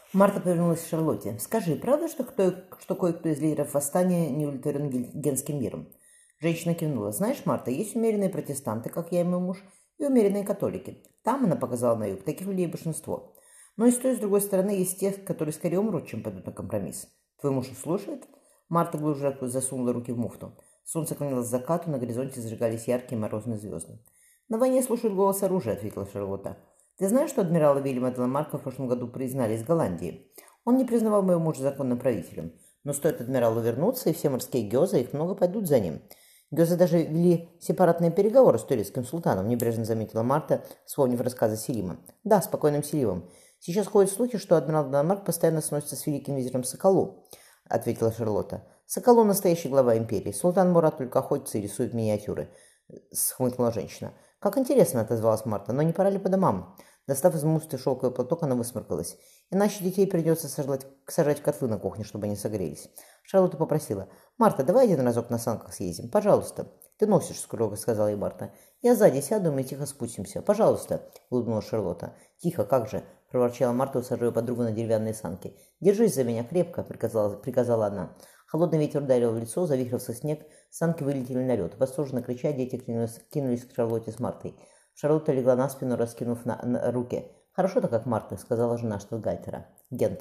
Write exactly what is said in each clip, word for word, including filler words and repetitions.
Марта повернулась к Шарлотте. «Скажи, правда, что, кто, что кое-кто из лидеров восстания не удовлетворен генским миром?» Женщина кивнула. «Знаешь, Марта, есть умеренные протестанты, как я и мой муж, и умеренные католики. Там, она показала на юг, таких людей большинство. Но и с той, и с другой стороны есть те, которые скорее умрут, чем пойдут на компромисс. Твой муж их слушает?» Марта глубже засунула руки в муфту. Солнце клонилось к закату, на горизонте зажигались яркие морозные звезды. «На войне слушают голос оружия», — ответила Шарлотта. «Ты знаешь, что адмирала Вильяма Деламарка в прошлом году признали из Голландии? Он не признавал моего мужа законным правителем. Но стоит адмиралу вернуться, и все морские гёзы, их много пойдут за ним. Гёзы даже вели сепаратные переговоры с турецким султаном», — небрежно заметила Марта, вспомнив рассказы Селима. «Да, спокойным Селимом. Сейчас ходят слухи, что адмирал Деламарк постоянно сносится с великим визирем Соколу», — ответила Шарлотта. «Соколу — настоящий глава империи. Султан Мурат только охотится и рисует миниатюры», — схмыкнула женщина. «Как интересно», — отозвалась Марта, — «но не пора ли по домам?» Достав из муфты шелковый платок, она высморкалась. «Иначе детей придется сажать, сажать в котлы на кухне, чтобы они согрелись». Шарлотта попросила. «Марта, давай один разок на санках съездим, пожалуйста». «Ты носишь», — строго сказала ей Марта. «Я сзади сяду, и мы тихо спустимся. Пожалуйста», — улыбнулась Шарлотта. «Тихо, как же», — проворчала Марта, усаживая подругу на деревянные санки. «Держись за меня крепко», — приказала, приказала она. Холодный ветер ударил в лицо, завихрился снег, санки вылетели на лед. Восторженно крича, дети кинулись, кинулись к Шарлотте с Мартой. Шарлотта легла на спину, раскинув на, на руки. «Хорошо-то как Марта», — сказала жена штатгальтера. Гент.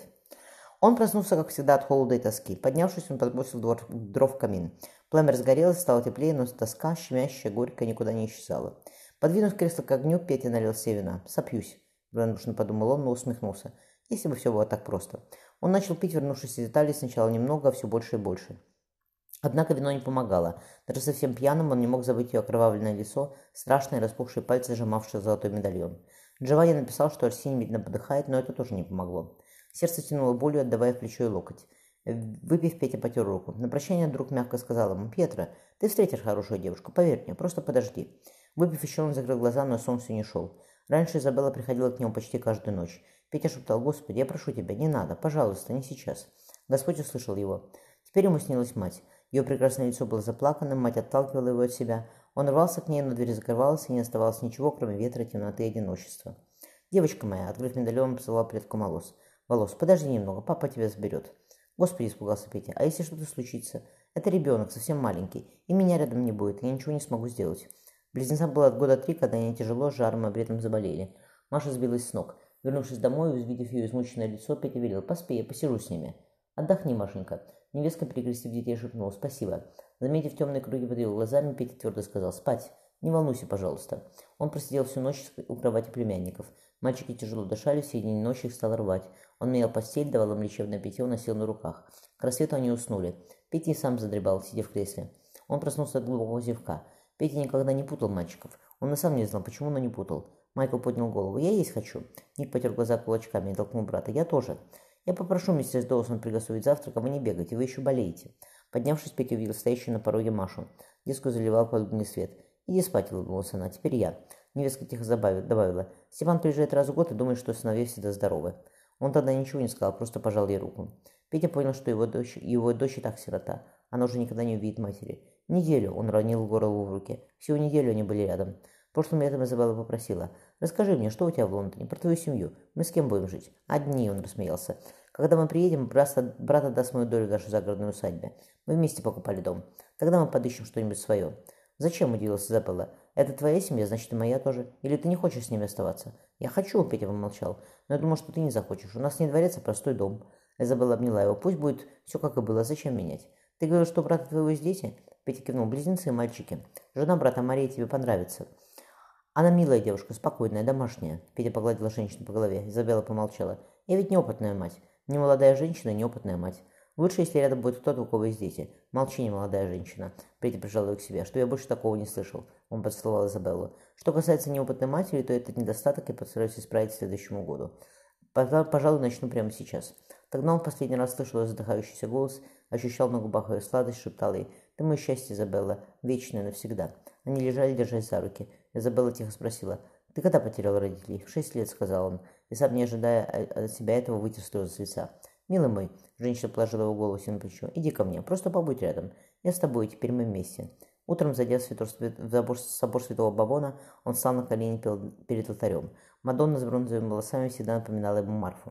Он проснулся, как всегда, от холода и тоски. Поднявшись, он подбросил двор, дров в камин. Пламя разгорелось, стало теплее, но тоска, щемящая, горькая, никуда не исчезала. Подвинув кресло к огню, Петя налил себе вина. «Сопьюсь», — равнодушно подумал он, но усмехнулся. Если бы все было так просто. Он начал пить, вернувшись из Италии, сначала немного, а все больше и больше. Однако вино не помогало. Даже совсем пьяным он не мог забыть ее окровавленное лицо, страшные распухшие пальцы, сжимавшие золотой медальон. Джованни написал, что Арсений, видно, подыхает, но это тоже не помогло. Сердце тянуло болью, отдавая в плечо и локоть. Выпив, Петя потер руку. На прощание друг мягко сказал ему: «Петра, ты встретишь хорошую девушку, поверь мне, просто подожди». Выпив еще, он закрыл глаза, но сон все не шел. Раньше Изабелла приходила к нему почти каждую ночь. Петя шептал: «Господи, я прошу тебя, не надо, пожалуйста, не сейчас». Господь услышал его. Теперь ему снилась мать. Ее прекрасное лицо было заплаканным, мать отталкивала его от себя. Он рвался к ней, но дверь закрывалась, и не оставалось ничего, кроме ветра, темноты и одиночества. «Девочка моя», — открыв медальон, поцеловал предку волос. «Волос, подожди немного, папа тебя заберет». «Господи», — испугался Петя, — «а если что-то случится? Это ребенок, совсем маленький, и меня рядом не будет, я ничего не смогу сделать». Близнецам было от года три, когда они тяжело, с жаром и при этом заболели. Маша сбилась с ног. Вернувшись домой и увидев ее измученное лицо, Петя велел: «Поспи, я посижу с ними». «Отдохни, Машенька». Невестка, перекрестив детей, шепнула: «Спасибо». Заметив темные круги под ее глазами, Петя твердо сказал: «Спать. Не волнуйся, пожалуйста». Он просидел всю ночь у кровати племянников. Мальчики тяжело дышали, в середине ночи их стало рвать. Он менял постель, давал им лечебное питье, носил на руках. К рассвету они уснули. Петя и сам задребал, сидя в кресле. Он проснулся от глубокого зевка. Петя никогда не путал мальчиков. Он и сам не знал, почему, но не путал. Майкл поднял голову. «Я есть хочу». Ник потер глаза кулачками и толкнул брата. «Я тоже». «Я попрошу миссис Доусон приготовить завтрак, а вы не бегайте, вы еще болеете». Поднявшись, Петя увидел стоящую на пороге Машу. Диску заливал подобный свет. «Иди спать», — улыбнулась она. «Теперь я». Невестка тихо добавила: «Степан приезжает раз в год и думает, что сыновья всегда здоровы». Он тогда ничего не сказал, просто пожал ей руку. Петя понял, что его дочь, его дочь и так сирота. Она уже никогда не увидит матери. Неделю он ронил голову в руки. Всю неделю они были рядом. Прошлым летом Изабелла попросила: «Расскажи мне, что у тебя в Лондоне, про твою семью. Мы с кем будем жить?» «Одни», — он рассмеялся. «Когда мы приедем, брат, брат отдаст мою долю в нашей загородной усадьбе. Мы вместе покупали дом. Тогда мы подыщем что-нибудь свое». «Зачем?» — удивилась Изабелла. «Это твоя семья, значит, и моя тоже. Или ты не хочешь с ними оставаться?» «Я хочу», — Петя помолчал. «Но я думал, что ты не захочешь. У нас не дворец, а простой дом». Изабелла обняла его. «Пусть будет все как и было. Зачем менять?» «Ты говорил, что у брата твоего есть дети?» Петя кивнул. «Близнецы и мальчики. Жена брата Мария тебе понравится». «Она милая девушка, спокойная, домашняя», — Петя погладила женщину по голове. Изабелла помолчала. «Я ведь неопытная мать. Не молодая женщина, неопытная мать. Лучше, если рядом будет кто-то, у кого есть дети. Молчи, не молодая женщина». Петя прижал ее к себе. «Что я больше такого не слышал». Он поцеловал Изабеллу. «Что касается неопытной матери, то этот недостаток я постараюсь исправить к следующему году. Пожалуй, начну прямо сейчас». Тогда он в последний раз слышал ее задыхающийся голос, ощущал на губах ее сладость, шептал ей: «Ты мое счастье, Изабелла, вечное навсегда». Они лежали, держась за руки. Изабелла тихо спросила: «Ты когда потерял родителей?» «В шесть лет», — сказал он, и сам, не ожидая от себя этого, вытер слезы с лица. «Милый мой», — женщина положила его голову себе на плечо, — «иди ко мне, просто побудь рядом. Я с тобой, теперь мы вместе». Утром, зайдя в, святор, в собор, собор святого Бавона, он встал на колени перед алтарем. Мадонна с бронзовыми волосами всегда напоминала ему Марфу.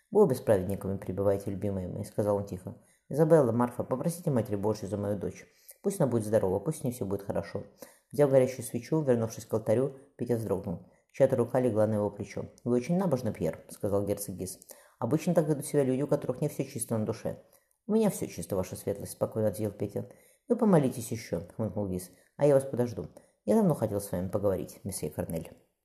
«Вы обе с праведниками пребываете, любимые мои», — сказал он тихо. «Изабелла, Марфа, попросите Матери Божью за мою дочь. Пусть она будет здорова, пусть с ней все будет хорошо». Взяв горящую свечу, вернувшись к алтарю, Петя вздрогнул. Чья-то рука легла на его плечо. «Вы очень набожны, Пьер», — сказал герцог Гис. «Обычно так ведут себя люди, у которых не все чисто на душе». «У меня все чисто, ваша светлость», — спокойно ответил Петя. «Вы помолитесь еще», — хмыкнул Гис, — «а я вас подожду. Я давно хотел с вами поговорить, месье Корнель».